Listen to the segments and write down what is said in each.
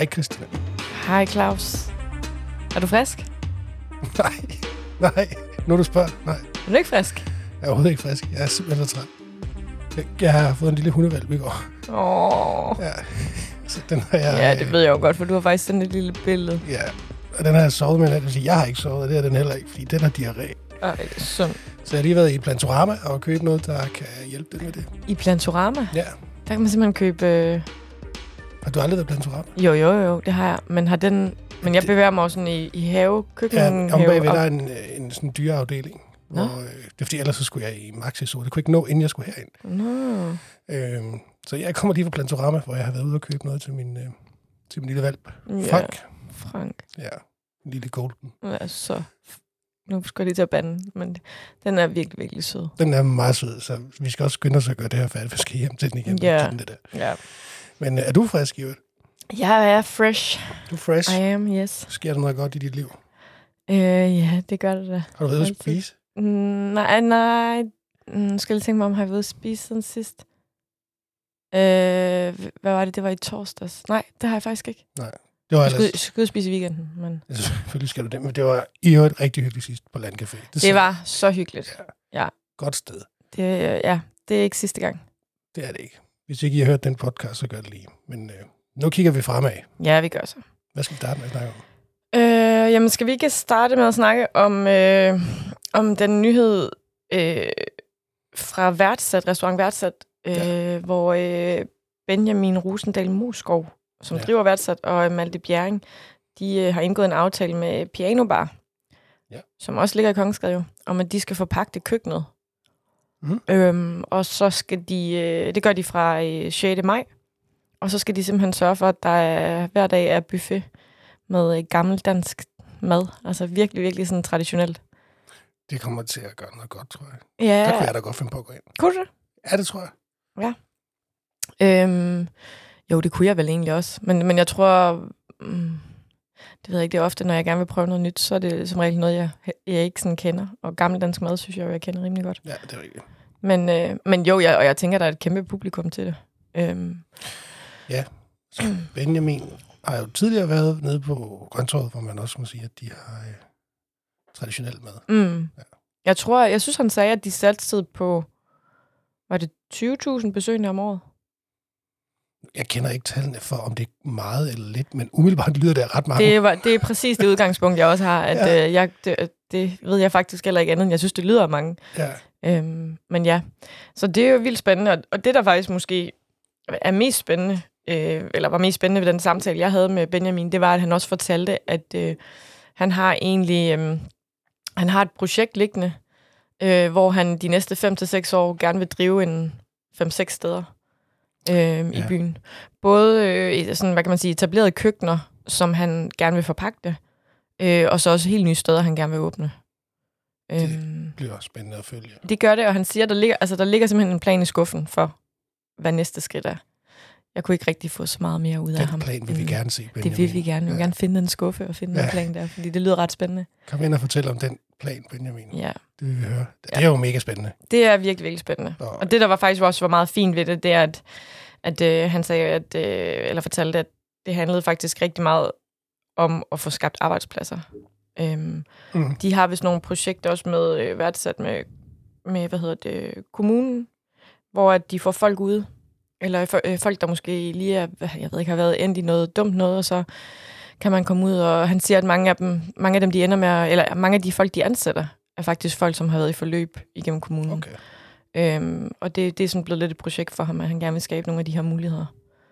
Hej Christina. Hej Claus. Er du frisk? Nej. Nu du spørger. Nej. Er du ikke frisk? Jeg er overhovedet ikke frisk. Jeg er simpelthen så træt. Jeg har fået en lille hundevalp i går. Ja. Så den har jeg... Ja, det ved jeg jo godt, for du har faktisk sådan et lille billede. Ja, og den har jeg sovet med. Jeg har ikke sovet, og det er den heller ikke, fordi den har diarré. Ej, det er sundt. Så jeg har lige været i Plantorama og købt noget, der kan hjælpe den med det. I Plantorama? Ja. Der kan man simpelthen købe... Har du aldrig været i Plantorama? Jo, det har jeg. Men har den... Men jeg bevæger mig også sådan i havekøkken. Ja, om bagved der er en sådan dyreafdeling. Hvor, det er fordi, ellers så skulle jeg i Maxi, så det kunne ikke nå, inden jeg skulle herind. Så jeg kommer lige fra Plantorama, hvor jeg har været ude og købe noget til min lille valp. Frank. Ja, en lille golden. Ja, så... Nu skal jeg lige til at bande, men den er virkelig, virkelig sød. Den er meget sød, så vi skal også skynde os at gøre det her færdigt, for skal hjem til den igen. Ja. Ja. Men er du frisk, Ivet? Jeg er fresh. Du er fresh? I am, yes. Sker der noget godt i dit liv? Ja, det gør det da. Har du været ude at spise? Nej. Skal jeg tænke mig om, har jeg været ude at spise siden sidst? Hvad var det? Det var i torsdags. Nej, det har jeg faktisk ikke. Nej. Det var jeg skulle spise i weekenden, men... Ja, selvfølgelig skal du det, men det var i øvrigt rigtig hyggeligt sidst på Landcafé. Det var så hyggeligt. Ja. Godt sted. Det er ikke sidste gang. Det er det ikke. Hvis ikke I har hørt den podcast, så gør det lige. Men nu kigger vi fremad. Ja, vi gør så. Hvad skal vi starte med at snakke om? Jamen, skal vi ikke starte med at snakke om den nyhed fra Værtsat, restaurant Værtsat, hvor Benjamin Rosendal Moskov, som driver Værtsat, og Malte Bjerring, de har indgået en aftale med Piano Bar, som også ligger i Kongensgade, om at de skal forpagte køkkenet. Og så skal det gør de fra 6. maj, og så skal de simpelthen sørge for, at der hver dag er buffet med gammel dansk mad. Altså virkelig, virkelig sådan traditionelt. Det kommer til at gøre noget godt, tror jeg. Ja. Der kunne jeg da godt finde på at gå ind. Kunne du det? Ja, det tror jeg. Ja. Jo, det kunne jeg vel egentlig også. Men jeg tror... det ved jeg ikke, det er ofte, når jeg gerne vil prøve noget nyt, så er det som regel noget, jeg ikke sådan kender. Og gammel dansk mad, synes jeg kender rimelig godt. Ja, det er rigtigt. Men jo, jeg tænker, der er et kæmpe publikum til det. Ja, så Benjamin har jo tidligere været nede på kontoret, hvor man også må sige, at de har traditionel mad. Ja. Jeg synes, han sagde, at de satte på, var det 20.000 besøgende om året? Jeg kender ikke tallene for, om det er meget eller lidt, men umiddelbart lyder det ret mange. Det er præcis det udgangspunkt, jeg også har. At, det ved jeg faktisk heller ikke andet, jeg synes, det lyder mange. Ja. Men ja, så det er jo vildt spændende. Og det, der faktisk måske er mest spændende, eller var mest spændende ved den samtale, jeg havde med Benjamin, det var, at han også fortalte, at han har egentlig han har et projekt liggende, hvor han de næste 5 til 6 år gerne vil drive en 5-6 steder i byen. Både sådan, hvad kan man sige, etablerede køkkener, som han gerne vil forpagte, og så også helt nye steder, han gerne vil åbne. Det bliver spændende at følge. Det gør det, og han siger, der ligger simpelthen en plan i skuffen for, hvad næste skridt er. Jeg kunne ikke rigtig få så meget mere ud af ham. Den plan vil vi gerne se, Benjamin. Det vil vi gerne. Vi vil gerne finde en skuffe og finde en plan der, fordi det lyder ret spændende. Kom ind og fortæl om den plan, Benjamin. Ja. Det vil vi høre. Det er jo mega spændende. Det er virkelig, virkelig spændende. Og det, der var faktisk også var meget fint ved det, det er, at han sagde, eller fortalte, at det handlede faktisk rigtig meget om at få skabt arbejdspladser. De har vist nogle projekter også med Værtsat med kommunen, hvor at de får folk ude, eller folk, der måske lige er, jeg ved ikke, har været endt i noget dumt noget, og så kan man komme ud, og han siger, at mange af dem, de ender med, eller mange af de folk, de ansætter, er faktisk folk, som har været i forløb igennem kommunen. Okay. Og det er sådan blevet lidt et projekt for ham, at han gerne vil skabe nogle af de her muligheder.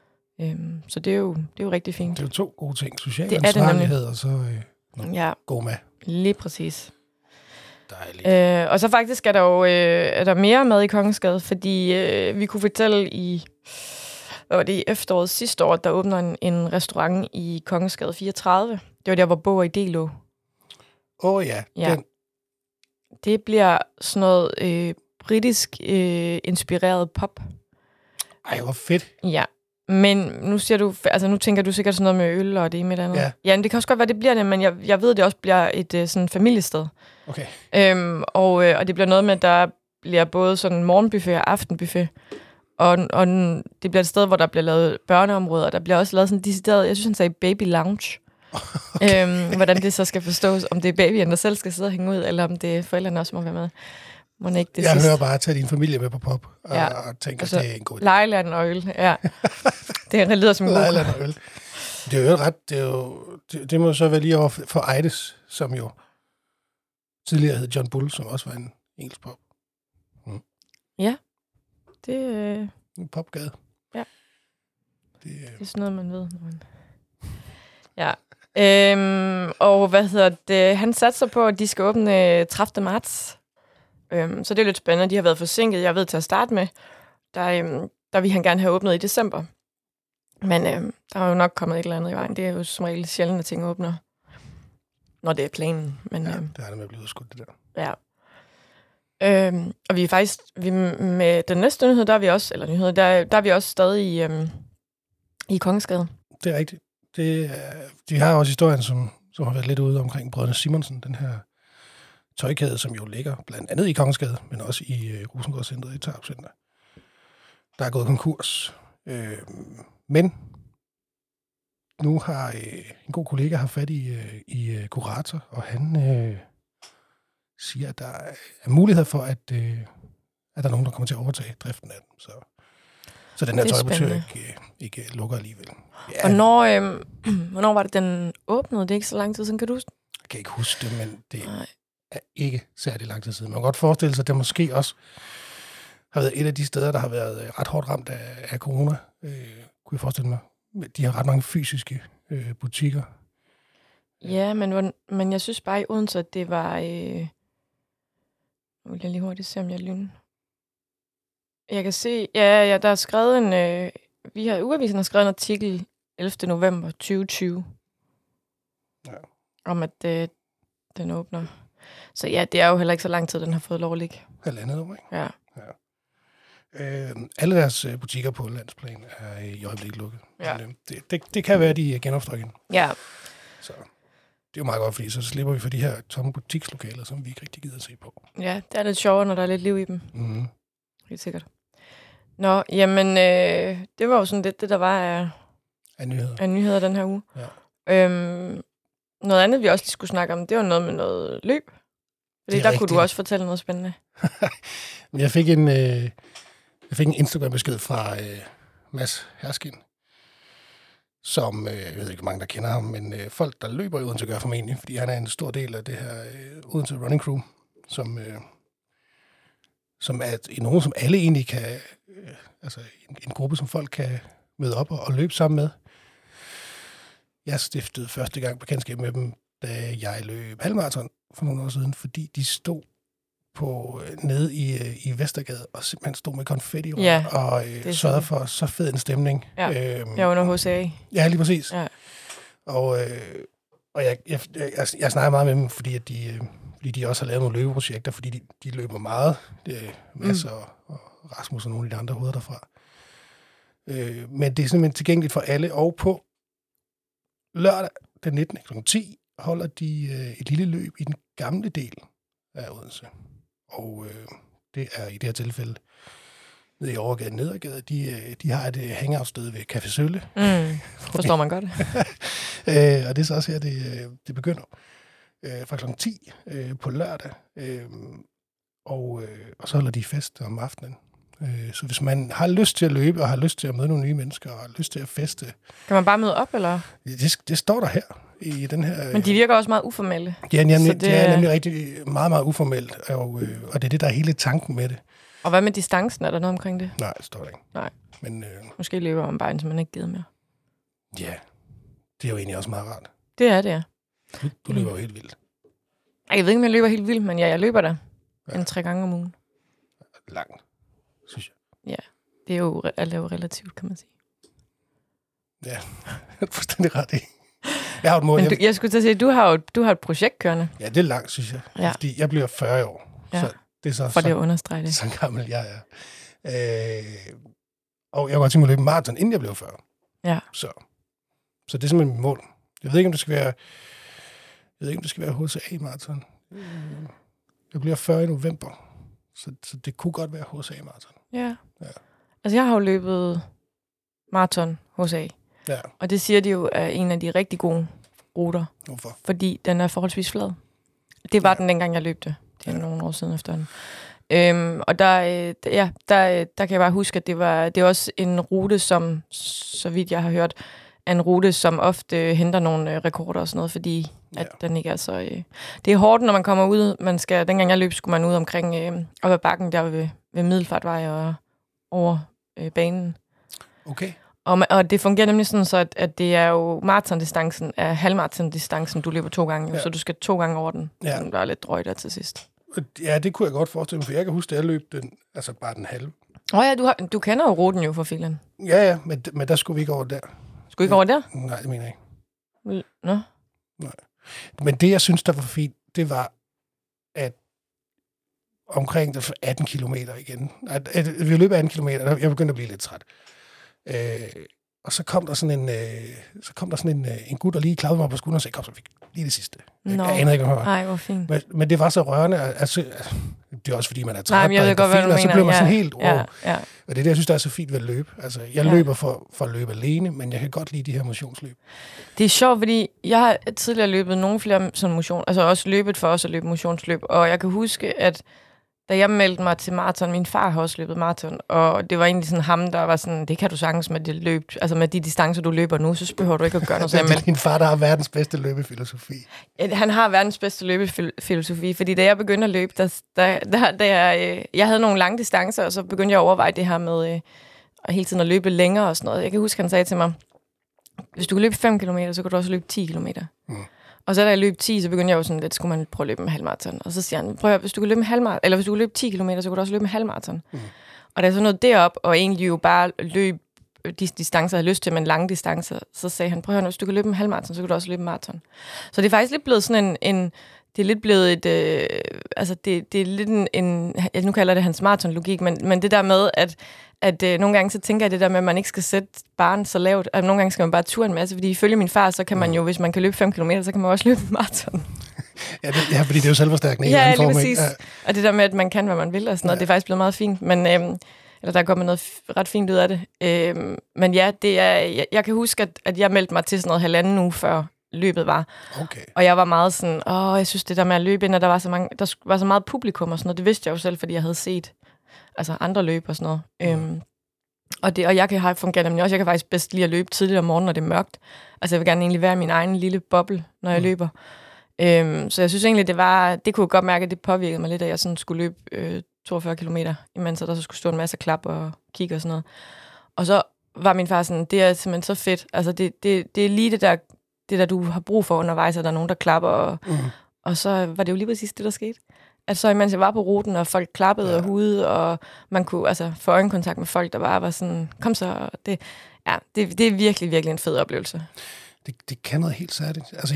Så det er jo rigtig fint. Det er jo 2 gode ting. Social ansvarlighed, og så god mad. Lige præcis. Dejligt. Og så faktisk er der mere mad i Kongensgade, fordi vi kunne fortælle i efteråret sidste år, at der åbner en restaurant i Kongensgade 34. Det var der, hvor Bog og Idé lå. Ja. Den. Det bliver sådan noget britisk inspireret pop. Ej, hvor fedt. Ja. Men nu tænker du sikkert sådan noget med øl og det med det andet. Ja, men det kan også godt være, det bliver det, men jeg ved, det også bliver et sådan familiested. Okay. Og det bliver noget med, at der bliver både sådan morgenbuffet og aftenbuffet. Og det bliver et sted, hvor der bliver lavet børneområder, og der bliver også lavet sådan decideret, jeg synes, han sagde baby lounge. Okay. Hvordan det så skal forstås, om det er babyen, der selv skal sidde og hænge ud, eller om det er forældrene også må være med. Må ikke det jeg hører bare at tage din familie med på pop, og tænker, altså, det er en god idé. Lejland og øl, ja. Det lyder som en god Lejland og øl. Det er jo ret, det må så være lige over for Eides, som jo tidligere hed John Bull, som også var en engelsk pop. Ja. Det en popgade. Ja. Det er sådan noget, man ved. Ja. Og hvad hedder det? Han satser på, at de skal åbne 30. marts. Så det er lidt spændende. De har været forsinket. Jeg ved til at starte med. Der vil han gerne have åbnet i december. Men der er jo nok kommet et eller andet i vejen. Det er jo som regel sjældent, at ting åbner, når det er planen. Men, ja, det er det med at blive udskudt, det der. Ja. Og vi er faktisk, med den næste nyhed, der er vi også stadig i Kongensgade. Det er rigtigt. De har også historien, som har været lidt ude omkring Brødrene Simonsen, den her tøjkæde, som jo ligger blandt andet i Kongensgade, men også i Rosengårdscentret i Tarup Center. Der er gået konkurs. Men nu har en god kollega haft fat i kurator, og han siger, at der er mulighed for, at der er nogen, der kommer til at overtage driften af den. Så den her tøjbutik ikke lukker alligevel. Ja. Og hvornår var det, den åbnede? Det er ikke så lang tid siden, kan du huske? Jeg kan ikke huske det, men det er ikke særlig lang tid siden. Man kan godt forestille sig, at det måske også har været et af de steder, der har været ret hårdt ramt af corona. Kunne jeg forestille mig. De har ret mange fysiske butikker. Ja, men jeg synes bare i Odense, at det var... Nu vil jeg lige hurtigt se, om jeg lyner. Jeg kan se... Ja, der er skrevet en... Ugeavisen har skrevet en artikel 11. november 2020. Ja. Om at den åbner. Så ja, det er jo heller ikke så lang tid, den har fået lov at ligge. 1,5 år, ikke? Ja. Alle deres butikker på landsplan er i øjeblikket lukket. Ja. Det kan være, de genopstår igen. Ja. Så det er jo meget godt, fordi så slipper vi for de her tomme butikslokaler, som vi ikke rigtig gider at se på. Ja, det er lidt sjovere, når der er lidt liv i dem. Mm-hmm. Helt sikkert. Nå, jamen, det var jo sådan lidt det, der var af nyheder den her uge. Ja. Noget andet, vi også lige skulle snakke om, det var noget med noget løb. Fordi der kunne du også fortælle noget spændende. Jeg fik en Instagram-besked fra Mads Herskin, som, jeg ved ikke, hvor mange der kender ham, men folk, der løber i Odense, gør formentlig, fordi han er en stor del af det her Odense Running Crew, som er nogen, som alle egentlig kan, altså en gruppe, som folk kan møde op og løbe sammen med. Jeg stiftede første gang bekendtskab med dem, da jeg løb halvmarathon for nogle år siden, fordi de stod nede i Vestergade og simpelthen stod med konfetti og sørgede for så fed en stemning. Ja, jeg under HCA. Ja, lige præcis. Ja. Og jeg snakker meget med dem, fordi de også har lavet nogle løbeprojekter, fordi de løber meget. Masser og Rasmus og nogle af de andre hoveder derfra. Men det er simpelthen tilgængeligt for alle, og på lørdag den 19. kl. 10 holder de et lille løb i den gamle del af Odense. Og det er i det her tilfælde nede i Overgade Nedergade. De har et hangout-sted ved Café Sølle. Forstår man godt. Og det er så også her, det begynder. Fra kl. 10 på lørdag. Og så holder de fest om aftenen. Så hvis man har lyst til at løbe, og har lyst til at møde nogle nye mennesker, og har lyst til at feste... Kan man bare møde op, eller? Det står der her. I den her, men de virker også meget uformelle. Det er nemlig rigtig meget, meget uformelt, og det er det, der er hele tanken med det. Og hvad med distancen? Er der noget omkring det? Nej, det står der ikke. Nej. Men, måske løber om vejen, som man ikke gider mere. Ja, det er jo egentlig også meget rart. Det er det, ja. Du løber jo helt vildt. Jeg ved ikke, om jeg løber helt vildt, men jeg løber der 3 gange om ugen. Langt, synes jeg. Ja, det er jo relativt, kan man sige. Ja, fuldstændig ret i. Jeg har et mål. Men jeg skulle til at sige, du har et projekt kørende. Ja, det er langt, synes jeg. Ja. Fordi jeg bliver 40 år. Ja. Så det er så, for det at understrege det. Så gammel jeg er. Og jeg var godt tænke mig at løbe maraton, inden jeg blev 40. Ja. Så det er simpelthen mit mål. Jeg ved ikke, om det skal være HCA-maraton. Jeg bliver 40 i november. Så det kunne godt være HCA-maraton. Ja. Altså, jeg har jo løbet maraton hos A. Ja. Og det siger de jo er en af de rigtig gode ruter. Hvorfor? Fordi den er forholdsvis flad. Det var den dengang, jeg løb det. Det er nogle år siden efterhånden. Og der kan jeg bare huske, at det er også en rute, som, så vidt jeg har hørt, er en rute, som ofte henter nogle rekorder og sådan noget, fordi at den ikke er så... Det er hårdt, når man kommer ud. Dengang jeg løb, skulle man ud omkring op ad bakken, der ved Middelfartvej og over banen. Okay. Og det fungerer nemlig sådan, så at det er jo maratondistancen af halvmaratondistancen, du løber 2 gange, så du skal 2 gange over den. Ja. Den var lidt drøjt der til sidst. Ja, det kunne jeg godt forestille mig, for jeg kan huske, at jeg løb den, altså bare den halve. Du kender jo ruten jo for filen. Ja, men der skulle vi ikke over der. Skulle vi ikke over der? Nej, det mener jeg ikke. Nå? Nej. Men det, jeg synes, der var fint, det var, at omkring 18 kilometer igen. At vi løb 18 kilometer, jeg begyndte at blive lidt træt. Og så kom der sådan en gut, der lige klappede mig på skulderen og sagde, kom så, lige det sidste. Jeg anede ikke, hvad det var. Nej, hvor fint. Men det var så rørende. Altså, det er også, fordi man er træt. Nej, men jeg ved godt, hvad du mener. Og så bliver man sådan helt ja. Og det er det, jeg synes, der er så fint ved at løbe. Altså, jeg løber for at løbe alene, men jeg kan godt lide de her motionsløb. Det er sjovt, fordi jeg har tidligere løbet nogle flere sådan motion, altså også løbet for os at løbe motionsløb, og jeg kan huske, at da jeg meldte mig til maraton, min far har også løbet maraton, og det var egentlig sådan ham, der var sådan, det kan du sagtens med det løb, altså med de distancer, du løber nu, så behøver du ikke at gøre noget. Det er din far, der har verdens bedste løbefilosofi. Ja, han har verdens bedste løbefilosofi, fordi da jeg begyndte at løbe, jeg havde nogle lange distancer, og så begyndte jeg at overveje det her med hele tiden at løbe længere og sådan noget. Jeg kan huske, han sagde til mig, hvis du kan løbe 5 km, så kan du også løbe 10 km. Og så da jeg løb 10, så begyndte jeg jo sådan lidt, skulle man prøve at løbe med halvmaraton. Og så siger han, prøv at, hvis du kan løbe med halvmaraton, eller hvis du kan løbe 10 km, så kan du også løbe med halvmaraton. Og da jeg så nåede derop, og egentlig jo bare løb de distancer, jeg havde lyst til, men lange distancer, så sagde han, prøv at høre, hvis du kan løbe med halvmaraton, så kan du også løbe med maraton. Så det er faktisk lidt blevet sådan det er lidt blevet det er lidt nu kalder det hans maratonlogik, men det der med, at nogle gange så tænker jeg det der med, at man ikke skal sætte barren så lavt, at nogle gange skal man bare ture en masse, fordi ifølge min far, så kan man jo, hvis man kan løbe 5 km, så kan man også løbe maraton. Ja, fordi det er jo selvforstærkende. Ja, lige præcis. Ja. Og det der med, at man kan, hvad man vil og sådan noget, det er faktisk blevet meget fint, men eller der er kommet noget ret fint ud af det. Men ja, det er, jeg kan huske, at jeg meldte mig til sådan noget 1,5 uge før løbet var. Okay. Og jeg var meget sådan, jeg synes det der med at løbe ind, og der var så meget publikum og sådan noget, det vidste jeg jo selv, fordi jeg havde set andre løb og sådan noget. Og jeg kan fungere nemlig også, jeg kan faktisk bedst lide at løbe tidligt om morgenen, når det er mørkt. Altså jeg vil gerne egentlig være min egen lille boble, når jeg løber. Så jeg synes egentlig, det kunne jeg godt mærke, at det påvirkede mig lidt, at jeg sådan skulle løbe 42 kilometer, imens der så skulle stå en masse klap og kigge og sådan noget. Og så var min far sådan, det er simpelthen så fedt. Altså det er lige det der, du har brug for undervejs, at der er nogen, der klapper. Og så var det jo lige præcis det, der skete. At så imens jeg var på ruten, og folk klappede og hudede, og man kunne få øjenkontakt med folk, der bare var sådan, kom så. Det er virkelig, virkelig en fed oplevelse. Det kan noget helt særligt. Altså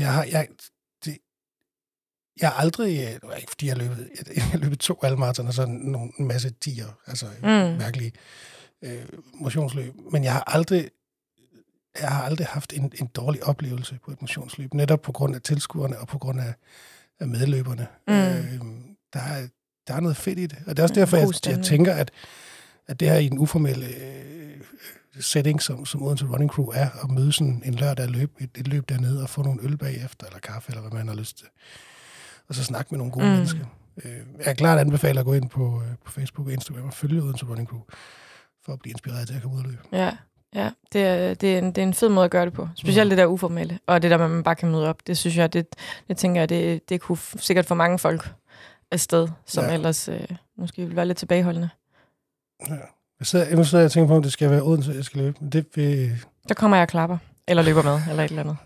jeg har aldrig, ikke fordi jeg har løbet 2 halvmaraton og så en masse tiger, altså mærkelige motionsløb, men jeg har aldrig haft en dårlig oplevelse på et motionsløb, netop på grund af tilskuerne og på grund af medløberne. Der er noget fedt i det, og det er også derfor, jeg tænker, at det her i den uformelle setting, som Odense Running Crew er, at møde sådan en lørdag et løb dernede og få nogle øl bagefter, eller kaffe, eller hvad man har lyst til. Og så snakke med nogle gode mennesker. Jeg er klart anbefaler at gå ind på Facebook og Instagram og følge Odense Running Crew, for at blive inspireret til at komme ud og løbe. Ja, det er en fed måde at gøre det på. Specielt det der uformelle, og det der med, at man bare kan møde op. Det synes jeg, det tænker jeg, det kunne sikkert få mange folk afsted, som ellers måske ville være lidt tilbageholdende. Ja. Jeg sidder og tænker på, om det skal være Odense, jeg skal løbe. Men der kommer jeg og klapper, eller løber med, eller et eller andet.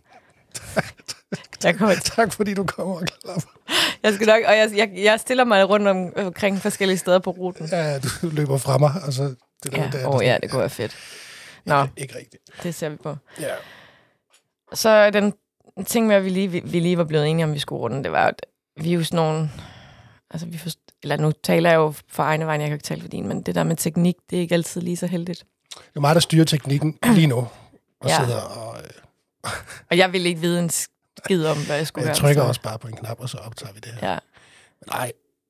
Tak fordi du kommer og klapper. Jeg skal nok, og jeg stiller mig rundt omkring forskellige steder på ruten. Ja, du løber fra mig, og så... Det kunne være fedt. Nå, ikke rigtigt. Det ser vi på. Ja. Så den ting med, at vi lige var blevet enige om, vi skulle runde, det var, at vi jo sådan nogle... Altså, nu taler jeg jo for egne vegne, jeg kan ikke tale for din, men det der med teknik, det er ikke altid lige så heldigt. Det er mig, der styrer teknikken lige nu, og sidder og... Og jeg ville ikke vide en skid om, hvad jeg skulle gøre. Jeg trykker også bare på en knap, og så optager vi det her. Ja. Men nej.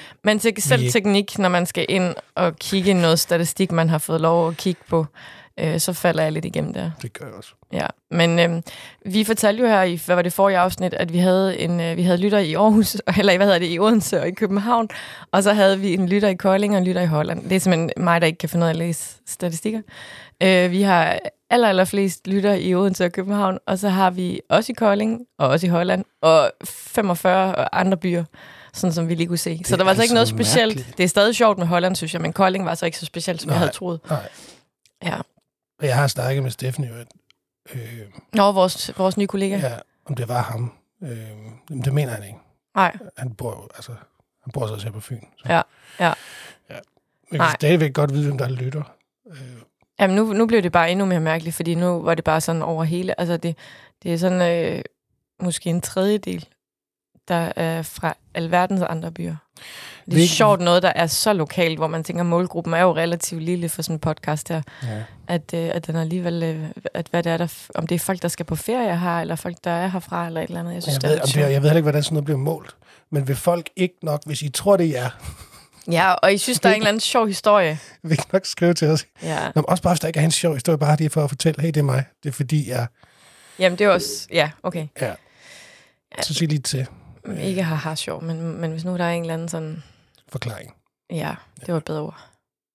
Men til selv teknik, når man skal ind og kigge i noget statistik, man har fået lov at kigge på, så falder jeg lidt igennem der. Det gør jeg også. Ja, men vi fortalte jo her i, hvad var det forrige afsnit, at vi havde lytter i Aarhus, eller i Odense og i København, og så havde vi en lytter i Kolding og en lytter i Holland. Det er simpelthen mig, der ikke kan finde ud af at læse statistikker. Vi har allerflest lytter i Odense og København, og så har vi også i Kolding, og også i Holland, og 45 andre byer, sådan som vi lige kunne se. Så der var altså ikke noget specielt. Mærkeligt. Det er stadig sjovt med Holland, synes jeg, men Kolding var så ikke så specielt, som jeg havde troet. Nej. Ja. Og jeg har snakket med Steffen jo. Vores nye kollega. Ja, om det var ham. Det mener han ikke. Nej. Han bor så også her på Fyn. Så. Ja. Men vi kan stadigvæk godt vide, hvem der lytter. Jamen, nu blev det bare endnu mere mærkeligt, fordi nu var det bare sådan over hele. Altså, det er sådan måske en tredjedel, der er fra alverdens andre byer. Det er sjovt noget, der er så lokalt, hvor man tænker, målgruppen er jo relativt lille for sådan en podcast her. Ja. At den alligevel, at hvad det er, om det er folk, der skal på ferie her, eller folk, der er herfra, eller et eller andet. Jeg ved heller ikke, hvordan sådan noget bliver målt. Men vil folk ikke nok, hvis I tror, det er jer? Ja, og I synes, der er en eller anden sjov historie. Vi kan nok skrive til os. Ja. Nå, også bare, hvis der ikke er en sjov historie, bare det er for at fortælle, hey, det er mig. Det er fordi, jeg... Jamen, det er også... Ja, okay. Ja. Så sig lige til. Ikke har sjov, men hvis nu der er en eller anden sådan... Forklaring. Ja, det var et bedre ord.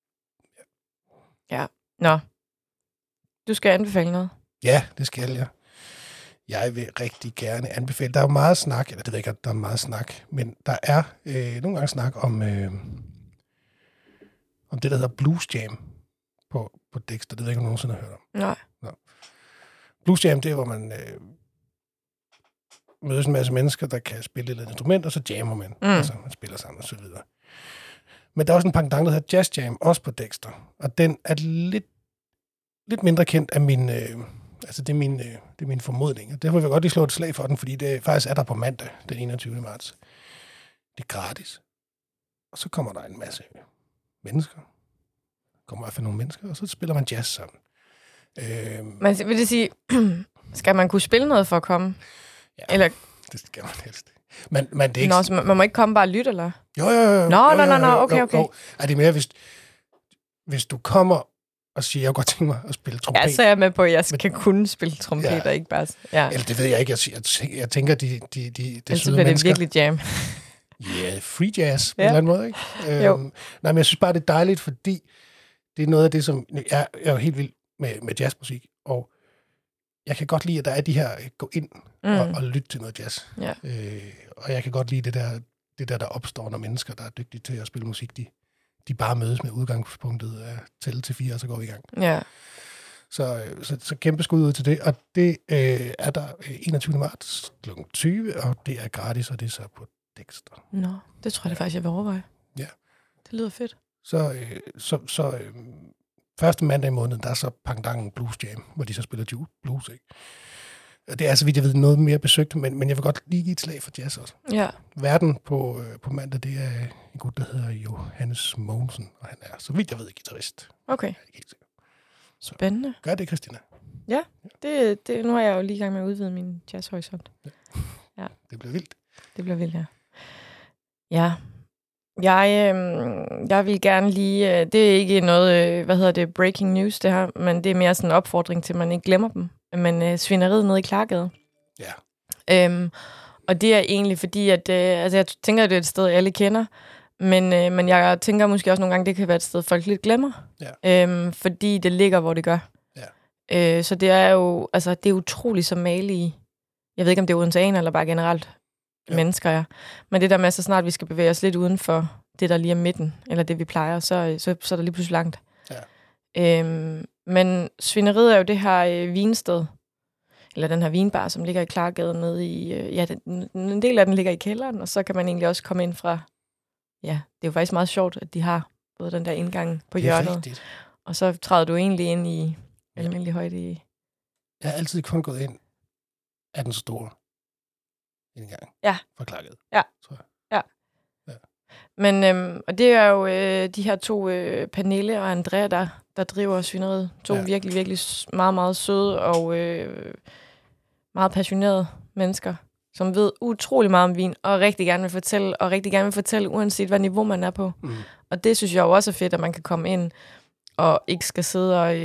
Ja. Nå. Du skal anbefale noget. Ja, det skal jeg. Jeg vil rigtig gerne anbefale. Der er jo meget snak, eller det ved jeg ikke, at der er meget snak, men der er nogle gange snak om det, der hedder Blues Jam på Dexter. Det ved jeg ikke, om du nogensinde har hørt om. Nej. Nå. Blues Jam, det er, hvor man mødes en masse mennesker, der kan spille et instrument, og så jammer man. Altså, man spiller sammen og så videre. Men der er også en pendant, der hedder Jazz Jam, også på Dexter. Og den er lidt mindre kendt af min... det er min formodning. Og derfor vil jeg godt lige slå et slag for den, fordi det faktisk er der på mandag, den 21. marts. Det er gratis. Og så kommer der en masse mennesker. Der kommer i hvert fald nogle mennesker, og så spiller man jazz sammen. Men vil det sige, skal man kunne spille noget for at komme? Ja, eller? Det skal man helst. Men det er ikke... Nå, så man må ikke komme bare og lytte, eller? Jo. Nå, okay. Er det mere, hvis du kommer og siger, jeg kunne godt tænke mig at spille trompet. Ja, så er jeg med på, at jeg skal kunne spille trompet, og ikke bare... Ja. Eller det ved jeg ikke. Jeg tænker, de så bliver det virkelig jam. Ja, free jazz på en eller anden måde, ikke? Nej, men jeg synes bare, det er dejligt, fordi det er noget af det, som... Jeg er jo helt vild med jazzmusik, og jeg kan godt lide, at der er de her gå ind og lytte til noget jazz. Ja. Og jeg kan godt lide det der opstår, når mennesker, der er dygtige til at spille musik, de bare mødes med udgangspunktet af tælle til 4, og så går vi i gang. Ja. Så kæmpe skud ud til det, og det er der 21. marts kl. 20, og det er gratis, og det er så på Dexter. Nå, det tror jeg faktisk, jeg vil overveje. Ja. Det lyder fedt. Så første mandag i måneden, der er så pendanten Blues Jam, hvor de så spiller blues, ikke? Det er, så vidt jeg ved, noget mere besøgt, men jeg vil godt lige give et slag for jazz også. Ja. Verden på mandag, det er en gut, der hedder Johannes Mogensen, og han er, så vidt jeg ved, guitarist. Okay. Jeg er ikke helt sikker. Spændende. Gør det, Christina. Ja, det, nu er jeg jo lige i gang med at udvide min jazzhorisont. Ja. Det bliver vildt. Det bliver vildt, ja. Ja. Jeg vil gerne lige... Det er ikke noget, breaking news, det her, men det er mere sådan en opfordring til, at man ikke glemmer dem. Men svineriet nede i Klargade. Ja. Og det er egentlig fordi, at... jeg tænker, at det er et sted, alle kender. Men jeg tænker måske også nogle gange, det kan være et sted, folk lidt glemmer. Ja. Fordi det ligger, hvor det gør. Ja. Så det er jo... Altså, det er utroligt som malige... Jeg ved ikke, om det er odenseaner eller bare generelt mennesker, ja. Men det der med, så snart vi skal bevæge os lidt uden for det, der lige er midten, eller det, vi plejer, så er der lige pludselig langt. Ja. Men svineriet er jo det her vinsted, eller den her vinbar, som ligger i Klargade nede i... en del af den ligger i kælderen, og så kan man egentlig også komme ind fra... Ja, det er jo faktisk meget sjovt, at de har både den der indgang på hjørnet, rigtigt. Og så træder du egentlig ind i almindelig højde i... Jeg har altid kun gået ind af den store indgang. Ja. Fra Klargade. Ja. Tror jeg. Ja. Men, og det er jo de her to, Pernille og Andrea, der driver svineriet. To virkelig, virkelig meget, meget søde og meget passionerede mennesker. som ved utrolig meget om vin, og rigtig gerne vil fortælle, uanset hvad niveau man er på. Mm. Og det synes jeg jo også er fedt, at man kan komme ind, og ikke skal sidde og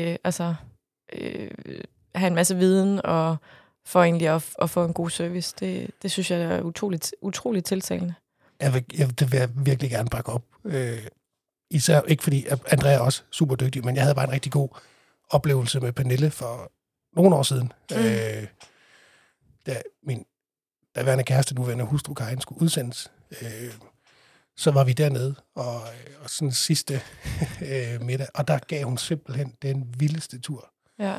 have en masse viden, og for egentlig at få en god service. Det synes jeg er utroligt tiltalende. Det vil jeg virkelig gerne bakke op. Især ikke fordi, Andrea er også super dygtig, men jeg havde bare en rigtig god oplevelse med Pernille for nogle år siden. Da min daværende kæreste, nuværende hustru Karin, skulle udsendes, så var vi dernede, og sådan sidste middag, og der gav hun simpelthen den vildeste tur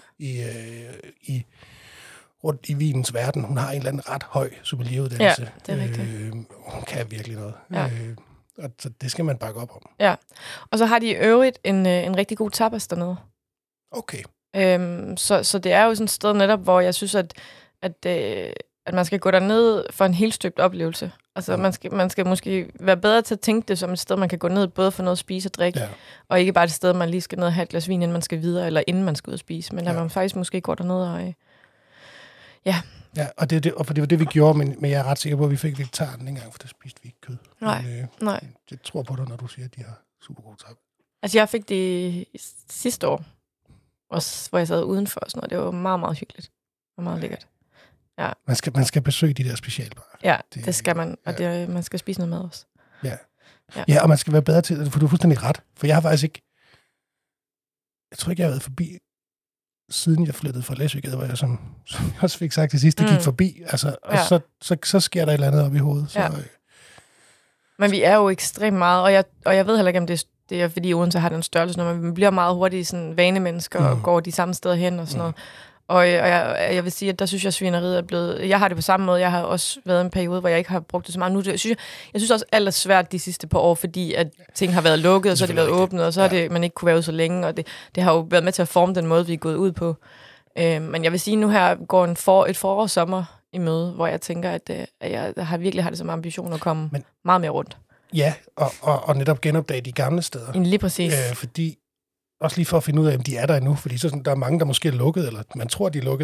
rundt i vinens verden. Hun har en eller anden ret høj sommelieruddannelse. Ja, det er rigtigt. Hun kan virkelig noget. Ja. Og så det skal man bakke op om. Ja, og så har de i øvrigt en rigtig god tapas dernede. Okay. Så det er jo sådan et sted netop, hvor jeg synes, at man skal gå derned for en helt støbt oplevelse. Altså, man skal måske være bedre til at tænke det som et sted, man kan gå ned, både for noget at spise og drikke, og ikke bare et sted, man lige skal ned og have et glas vin, inden man skal videre, eller inden man skal ud og spise, men at man faktisk måske går derned og... Ja, og det var det, vi gjorde, men jeg er ret sikker på, at vi fik vegetaren dengang, for der spiste vi ikke kød. Nej. Jeg tror på dig, når du siger, at de har super god tapas. Altså, jeg fik det sidste år, også, hvor jeg sad udenfor og sådan noget. Det var meget, meget hyggeligt og meget lækkert. Ja. Man skal besøge de der specialbarer. Ja, det skal man, og man skal spise noget mad også. Ja, og man skal være bedre til det, for du er fuldstændig ret. For jeg har faktisk ikke... Jeg tror ikke, jeg har været forbi, siden jeg flyttede fra Læsøgade, hvor jeg, som jeg også fik sagt til sidst, det gik forbi. Altså, og så sker der et eller andet op i hovedet. Så, Men vi er jo ekstremt meget, og jeg ved heller ikke, om det er, fordi Odense har den størrelse, når man bliver meget hurtigt sådan vanemennesker og går de samme steder hen og sådan noget. Og jeg vil sige, at der synes jeg, svineriet er blevet... Jeg har det på samme måde. Jeg har også været en periode, hvor jeg ikke har brugt det så meget. Nu, jeg synes også, alt er svært de sidste par år, fordi at ting har været lukket, og så har det været åbnet, og så har man ikke kunne være ude så længe, og det har jo været med til at forme den måde, vi er gået ud på. Men jeg vil sige, at nu her går et forår og sommer i møde, hvor jeg tænker, at jeg virkelig har det som ambition at komme meget mere rundt. Ja, og netop genopdage de gamle steder. Lige præcis. Fordi... Også lige for at finde ud af, om de er der endnu, fordi så der er mange, der måske er lukket, eller man tror, de er lukket.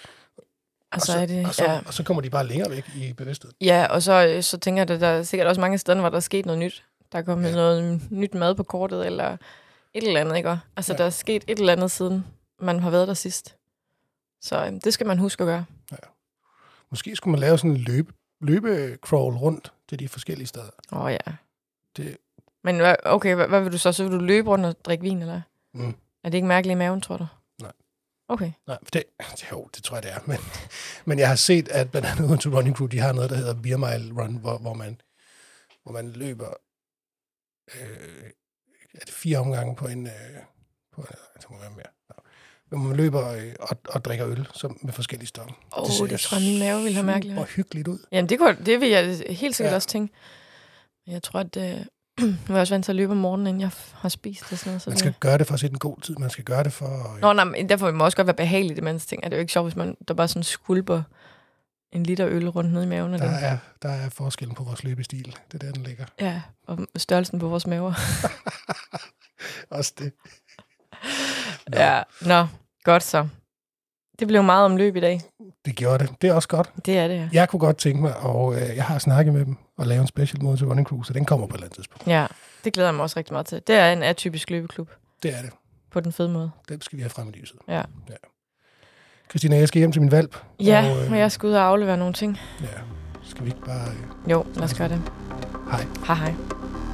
Og så kommer de bare længere væk i bevidsthed. Ja, og så tænker jeg, at der er sikkert også mange steder, hvor der er sket noget nyt. Der er kommet noget nyt mad på kortet, eller et eller andet, ikke? Altså, der er sket et eller andet, siden man har været der sidst. Så det skal man huske at gøre. Ja. Måske skulle man lave sådan en løbecrawl rundt til de forskellige steder. Ja. Men okay, hvad vil du så? Så vil du løbe rundt og drikke vin, eller? Er det ikke mærkeligt i maven, tror du? Nej. Okay. Nej, det tror jeg, det er. Men jeg har set, at blandt andet Odense Running Crew, de har noget, der hedder Beer Mile Run, hvor man løber 4 omgange på en... det må være mere. Hvor man løber og drikker øl med forskellige stoffer. Det tror jeg, min mave vil have mærkeligt. Hvor hyggeligt ud. Jamen, det vil jeg helt sikkert også tænke. Jeg tror, at... Nu er jeg også vant til at løbe om morgenen, inden jeg har spist og sådan noget. Så man skal gøre det for at sætte en god tid. Man skal gøre det for... Nej, derfor må også godt være behageligt, mens ting. Det er jo ikke sjovt, hvis man der bare sådan skulper en liter øl rundt ned i maven. Der er forskellen på vores løbestil. Det er der, den ligger. Ja, og størrelsen på vores maver. Også det. Godt så. Det blev meget om løb i dag. Det gjorde det. Det er også godt. Det er det, ja. Jeg kunne godt tænke mig, og jeg har snakket med dem, og lave en special mode til Running Crew, så den kommer på et eller andet tidspunkt. Ja, det glæder jeg mig også rigtig meget til. Det er en atypisk løbeklub. Det er det. På den fede måde. Den skal vi have frem i lyset. Ja. Christina, jeg skal hjem til min valp. Ja, og jeg skal ud og aflevere nogle ting. Ja, skal vi ikke bare... Jo, lad os gøre det. Hej. Hej.